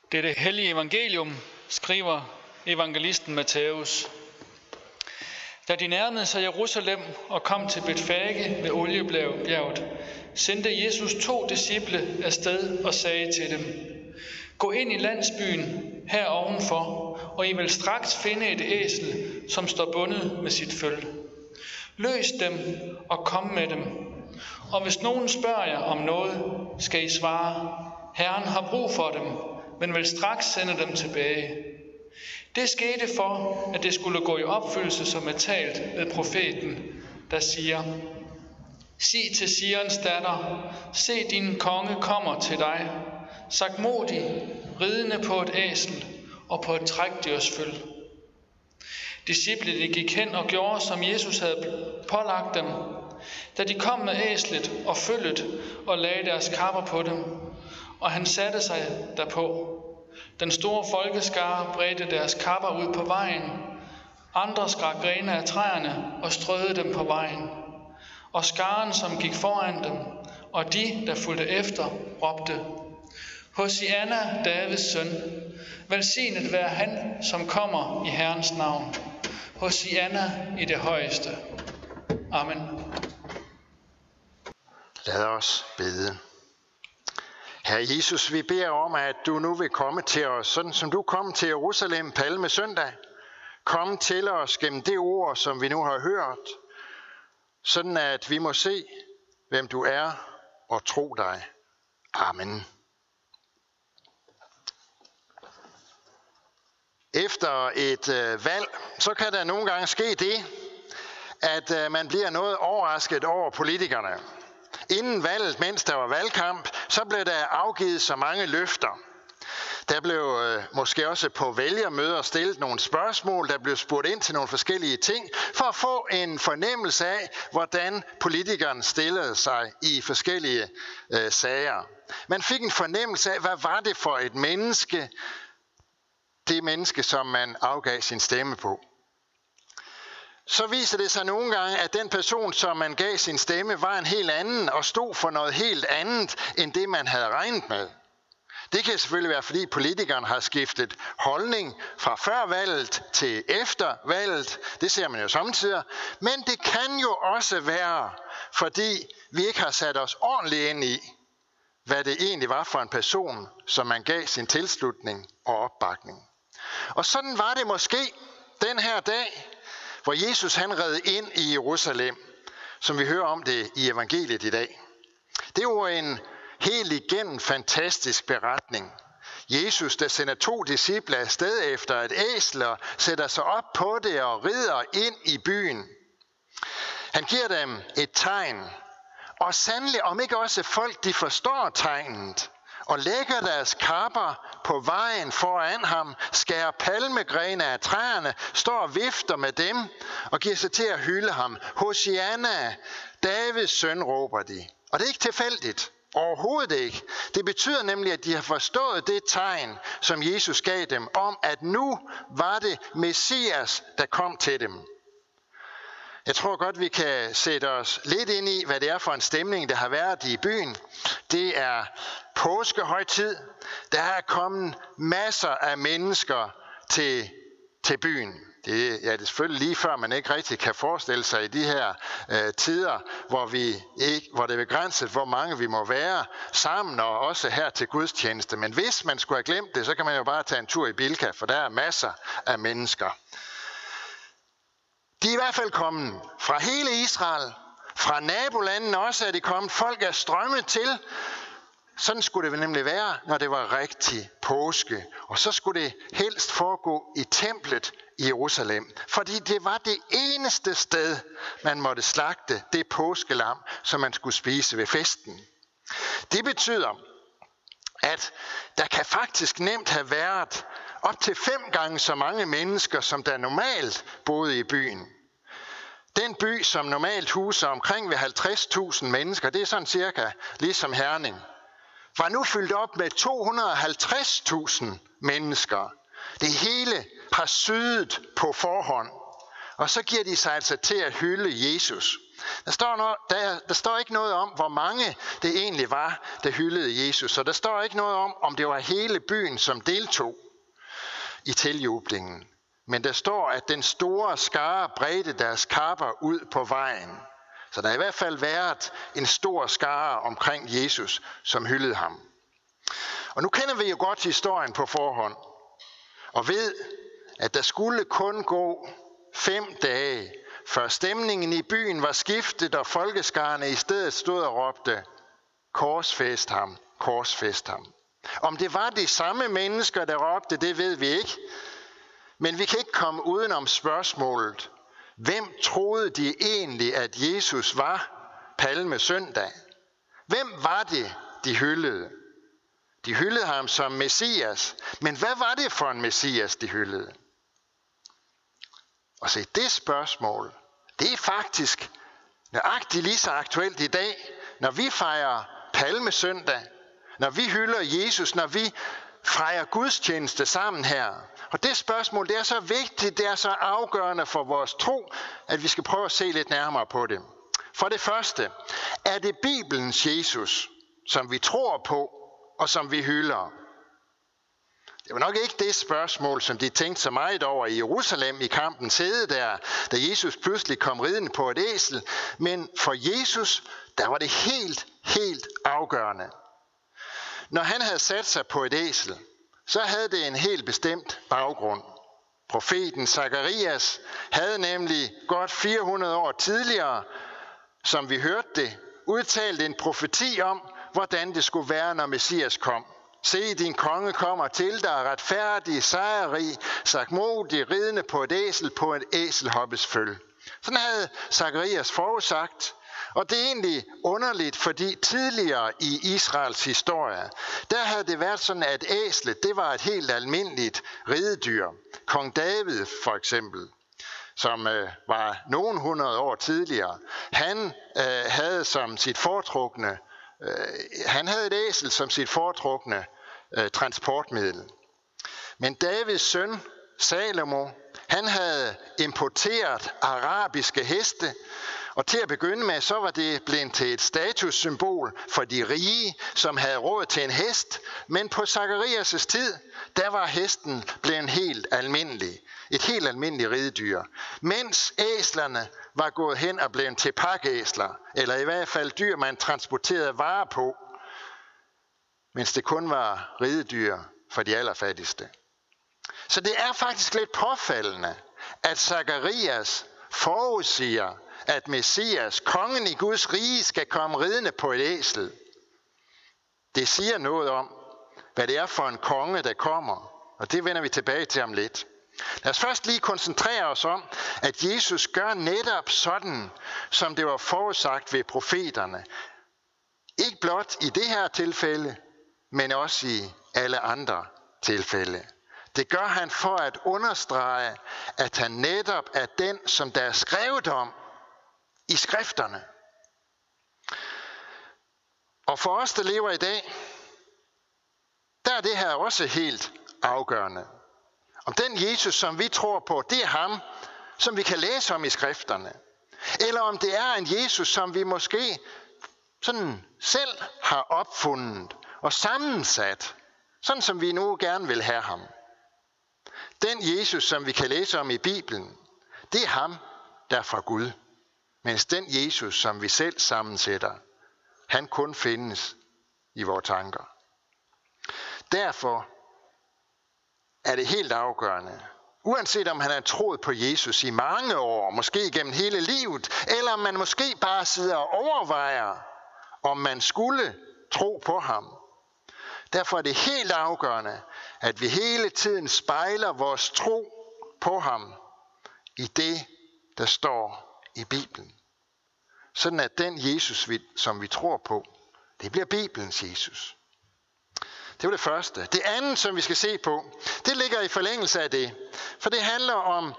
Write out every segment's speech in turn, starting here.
Det er det hellige evangelium, skriver evangelisten Matthæus. Da de nærmede sig Jerusalem og kom til Betfage ved Oliebjerget, sendte Jesus 2 disciple afsted og sagde til dem: Gå ind i landsbyen her ovenfor, og I vil straks finde et æsel, som står bundet med sit føl. Løs dem og kom med dem. Og hvis nogen spørger jer om noget, skal I svare: Herren har brug for dem, men vil straks sende dem tilbage. Det skete for, at det skulle gå i opfyldelse, som er talt ved profeten, der siger: Sig til Sions datter, se din konge kommer til dig, sagtmodig, ridende på et æsel og på et trækdyrsføl. Disciplene gik hen og gjorde, som Jesus havde pålagt dem. Da de kom med æslet og følget og lagde deres kapper på dem, og han satte sig derpå. Den store folkeskare bredte deres kapper ud på vejen. Andre skar grene af træerne og strøede dem på vejen. Og skaren, som gik foran dem, og de, der fulgte efter, råbte: Hosianna, Davids søn, velsignet være han, som kommer i Herrens navn. Hosianna i det højeste. Amen. Lad os bede. Herre Jesus, vi beder om, at du nu vil komme til os, sådan som du kom til Jerusalem Palmesøndag. Kom til os gennem det ord, som vi nu har hørt, sådan at vi må se, hvem du er, og tro dig. Amen. Efter et valg, så kan der nogle gange ske det, at man bliver noget overrasket over politikerne. Inden valget, mens der var valgkamp, så blev der afgivet så mange løfter. Der blev måske også på vælgermøder stillet nogle spørgsmål, der blev spurgt ind til nogle forskellige ting, for at få en fornemmelse af, hvordan politikerne stillede sig i forskellige sager. Man fik en fornemmelse af, hvad var det for et menneske, det menneske, som man afgav sin stemme på. Så viser det sig nogle gange, at den person, som man gav sin stemme, var en helt anden og stod for noget helt andet, end det man havde regnet med. Det kan selvfølgelig være, fordi politikeren har skiftet holdning fra før valget til efter valget. Det ser man jo samtidig. Men det kan jo også være, fordi vi ikke har sat os ordentligt ind i, hvad det egentlig var for en person, som man gav sin tilslutning og opbakning. Og sådan var det måske den her dag, hvor Jesus han red ind i Jerusalem, som vi hører om det i evangeliet i dag. Det var en helt igennem fantastisk beretning. Jesus, der sender 2 disciple afsted efter et æsel og sætter sig op på det og rider ind i byen. Han giver dem et tegn, og sandelig om ikke også folk, de forstår tegnet, og lægger deres kapper på vejen foran ham, skærer palmegrene af træerne, står og vifter med dem og giver sig til at hylde ham. Hosianna, Davids søn, råber de. Og det er ikke tilfældigt. Overhovedet ikke. Det betyder nemlig, at de har forstået det tegn, som Jesus gav dem, om at nu var det Messias, der kom til dem. Jeg tror godt, vi kan sætte os lidt ind i, hvad det er for en stemning, der har været i byen. Det er påskehøjtid. Der er kommet masser af mennesker til byen. Det er selvfølgelig lige før, man ikke rigtig kan forestille sig i de her tider, hvor det er begrænset, hvor mange vi må være sammen, og også her til gudstjeneste. Men hvis man skulle have glemt det, så kan man jo bare tage en tur i Bilka, for der er masser af mennesker. De er i hvert fald kommet fra hele Israel, fra nabolandene også er de kommet. Folk er strømmet til. Sådan skulle det nemlig være, når det var rigtig påske. Og så skulle det helst foregå i templet i Jerusalem. Fordi det var det eneste sted, man måtte slagte det påskelam, som man skulle spise ved festen. Det betyder, at der kan faktisk nemt have været op til 5 gange så mange mennesker, som der normalt boede i byen. Den by, som normalt huser omkring ved 50.000 mennesker, det er sådan cirka ligesom Herning, var nu fyldt op med 250.000 mennesker. Det hele har sydet på forhånd. Og så giver de sig altså til at hylde Jesus. Der står ikke noget om, hvor mange det egentlig var, der hyldede Jesus. Og der står ikke noget om det var hele byen, som deltog i tiljublingen. Men der står, at den store skare bredte deres kapper ud på vejen. Så der har i hvert fald været en stor skare omkring Jesus, som hyldede ham. Og nu kender vi jo godt historien på forhånd. Og ved, at der skulle kun gå 5 dage, før stemningen i byen var skiftet, og folkeskarne i stedet stod og råbte, korsfæst ham, korsfæst ham. Om det var de samme mennesker, der råbte, det ved vi ikke. Men vi kan ikke komme udenom spørgsmålet. Hvem troede de egentlig, at Jesus var palmesøndag? Hvem var det, de hyldede? De hyldede ham som Messias. Men hvad var det for en Messias, de hyldede? Og se, det spørgsmål, det er faktisk nøjagtigt lige så aktuelt i dag, når vi fejrer palmesøndag, når vi hylder Jesus, når vi fejrer gudstjeneste sammen her. Og det spørgsmål, det er så vigtigt, det er så afgørende for vores tro, at vi skal prøve at se lidt nærmere på det. For det første, er det Bibelens Jesus, som vi tror på, og som vi hylder? Det var nok ikke det spørgsmål, som de tænkte så meget over i Jerusalem i kampen Hede der, da Jesus pludselig kom ridende på et æsel. Men for Jesus, der var det helt afgørende. Når han havde sat sig på et æsel, så havde det en helt bestemt baggrund. Profeten Zakarias havde nemlig godt 400 år tidligere, som vi hørte det, udtalt en profeti om, hvordan det skulle være, når Messias kom. Se, din konge kommer til dig, retfærdig, sejrrig, sagtmodig, ridende på et æsel på et æselhoppes føl. Sådan havde Zakarias forudsagt. Og det er egentlig underligt, fordi tidligere i Israels historie, der havde det været sådan, at æslet, det var et helt almindeligt ridedyr. Kong David for eksempel, som var nogle 100 år tidligere, han havde som sit foretrukne, han havde et æsel som sit foretrukne transportmiddel. Men Davids søn, Salomo, han havde importeret arabiske heste, og til at begynde med, så var det blevet til et statussymbol for de rige, som havde råd til en hest. Men på Zakarias' tid, der var hesten blevet helt almindelig. Et helt almindeligt ridedyr. Mens æslerne var gået hen og blevet til pakæsler, eller i hvert fald dyr, man transporterede varer på. Mens det kun var ridedyr for de allerfattigste. Så det er faktisk lidt påfaldende, at Zakarias forudsiger, at Messias, kongen i Guds rige, skal komme ridende på et æsel. Det siger noget om, hvad det er for en konge, der kommer. Og det vender vi tilbage til om lidt. Lad os først lige koncentrere os om, at Jesus gør netop sådan, som det var forudsagt ved profeterne. Ikke blot i det her tilfælde, men også i alle andre tilfælde. Det gør han for at understrege, at han netop er den, som der er skrevet om i skrifterne. Og for os, der lever i dag, der er det her også helt afgørende. Om den Jesus, som vi tror på, det er ham, som vi kan læse om i skrifterne. Eller om det er en Jesus, som vi måske sådan selv har opfundet og sammensat, sådan som vi nu gerne vil have ham. Den Jesus, som vi kan læse om i Bibelen, det er ham, der er fra Gud. Mens den Jesus, som vi selv sammensætter, han kun findes i vores tanker. Derfor er det helt afgørende, uanset om han har troet på Jesus i mange år, måske gennem hele livet, eller om man måske bare sidder og overvejer, om man skulle tro på ham. Derfor er det helt afgørende, at vi hele tiden spejler vores tro på ham i det, der står i Bibelen. Sådan at den Jesus, som vi tror på, det bliver Bibelens Jesus. Det var det første. Det andet, som vi skal se på, det ligger i forlængelse af det. For det handler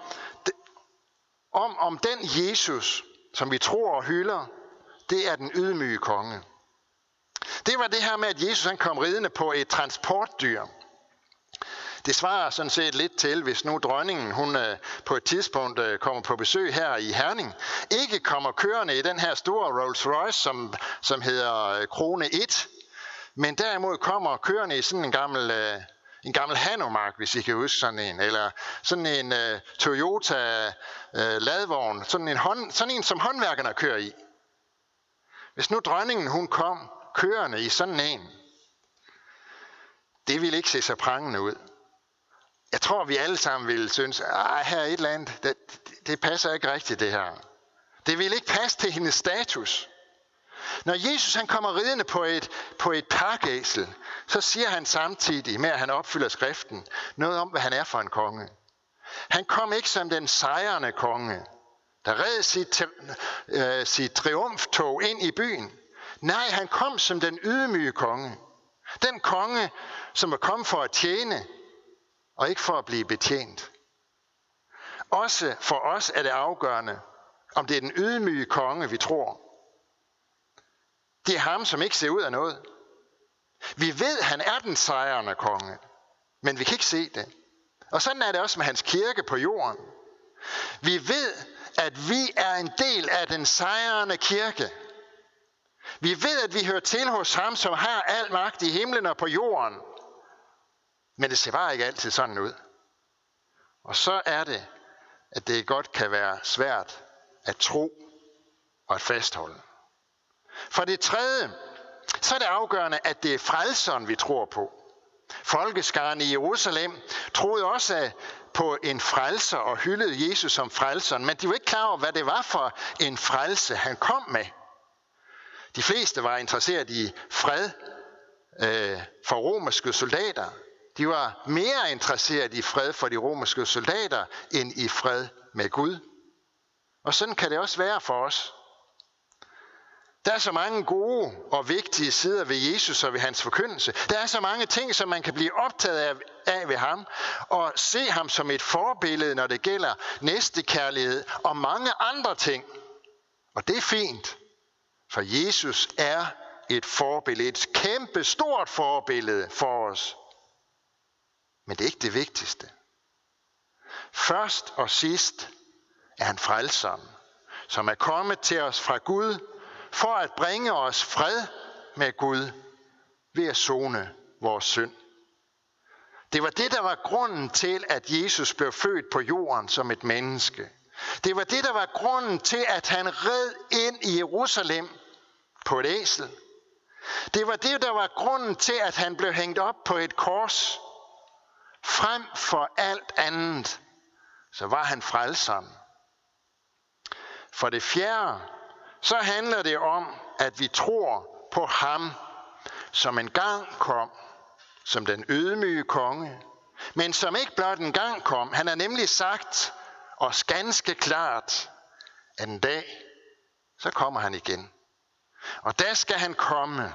om den Jesus, som vi tror og hylder, det er den ydmyge konge. Det var det her med, at Jesus han kom ridende på et transportdyr. Det svarer sådan set lidt til, hvis nu dronningen hun på et tidspunkt kommer på besøg her i Herning, ikke kommer kørende i den her store Rolls Royce, som hedder Krone 1, men derimod kommer kørende i sådan en gammel Hanomag, hvis I kan huske sådan en, eller sådan en Toyota ladvogn, sådan en som håndværkerne kører i. Hvis nu dronningen hun kom kørende i sådan en, det ville ikke se så prangende ud. Jeg tror, vi alle sammen ville synes, her er et eller andet, det passer ikke rigtigt det her. Det ville ikke passe til hendes status. Når Jesus han kommer ridende på et pakæsel, så siger han samtidig med, at han opfylder skriften, noget om, hvad han er for en konge. Han kom ikke som den sejrende konge, der red sit triumftog ind i byen. Nej, han kom som den ydmyge konge. Den konge, som er kommet for at tjene, og ikke for at blive betjent. Også for os er det afgørende, om det er den ydmyge konge, vi tror. Det er ham, som ikke ser ud af noget. Vi ved, at han er den sejrende konge, men vi kan ikke se det. Og sådan er det også med hans kirke på jorden. Vi ved, at vi er en del af den sejrende kirke. Vi ved, at vi hører til hos ham, som har al magt i himlen og på jorden. Men det ser bare ikke altid sådan ud. Og så er det, at det godt kan være svært at tro og at fastholde. For det tredje, så er det afgørende, at det er frelseren, vi tror på. Folkeskaren i Jerusalem troede også på en frelser og hyldede Jesus som frelseren, men de var ikke klar over, hvad det var for en frelse, han kom med. De fleste var interesseret i fred for romerske soldater. De var mere interesseret i fred for de romerske soldater, end i fred med Gud. Og sådan kan det også være for os. Der er så mange gode og vigtige sider ved Jesus og ved hans forkyndelse. Der er så mange ting, som man kan blive optaget af ved ham, og se ham som et forbillede, når det gælder næstekærlighed og mange andre ting. Og det er fint, for Jesus er et forbillede, et kæmpe stort forbillede for os. Men det er ikke det vigtigste. Først og sidst er han frelseren, som er kommet til os fra Gud, for at bringe os fred med Gud ved at sone vores synd. Det var det, der var grunden til, at Jesus blev født på jorden som et menneske. Det var det, der var grunden til, at han red ind i Jerusalem på et æsel. Det var det, der var grunden til, at han blev hængt op på et kors. Frem for alt andet, så var han frelseren. For det fjerde, så handler det om, at vi tror på ham, som engang kom som den ydmyge konge, men som ikke blot engang kom. Han har nemlig sagt os ganske klart, at en dag, så kommer han igen. Og der skal han komme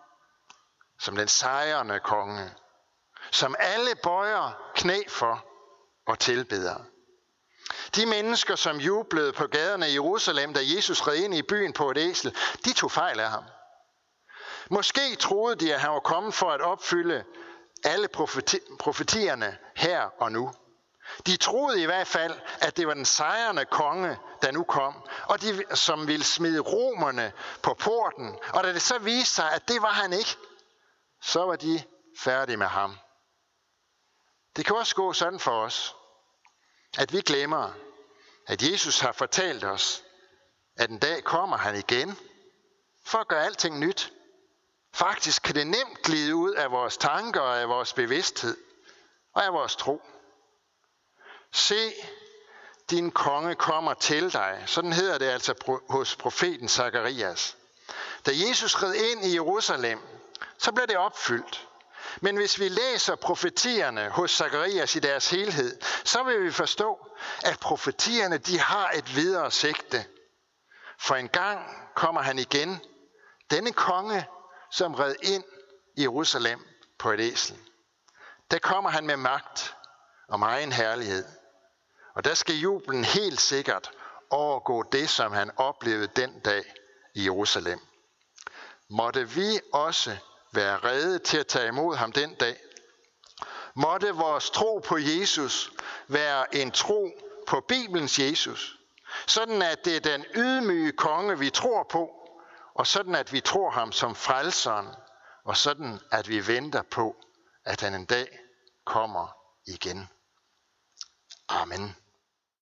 som den sejrende konge, som alle bøjer knæ for og tilbeder. De mennesker, som jublede på gaderne i Jerusalem, da Jesus red ind i byen på et æsel, de tog fejl af ham. Måske troede de, at han var kommet for at opfylde alle profetierne her og nu. De troede i hvert fald, at det var den sejrende konge, der nu kom, og de, som ville smide romerne på porten. Og da det så viste sig, at det var han ikke, så var de færdige med ham. Det kan også gå sådan for os, at vi glemmer, at Jesus har fortalt os, at en dag kommer han igen, for at gøre alting nyt. Faktisk kan det nemt glide ud af vores tanker og af vores bevidsthed og af vores tro. Se, din konge kommer til dig. Sådan hedder det altså hos profeten Zakarias. Da Jesus red ind i Jerusalem, så blev det opfyldt. Men hvis vi læser profetierne hos Zakarias i deres helhed, så vil vi forstå, at profetierne de har et videre sigte. For en gang kommer han igen, denne konge, som red ind i Jerusalem på et æsel. Der kommer han med magt og megen herlighed. Og der skal jublen helt sikkert overgå det, som han oplevede den dag i Jerusalem. Måtte vi også være rede til at tage imod ham den dag, Måtte vores tro på Jesus være en tro på Bibelens Jesus, sådan at det er den ydmyge konge, vi tror på, og sådan at vi tror ham som frelseren, og sådan at vi venter på, at han en dag kommer igen. Amen.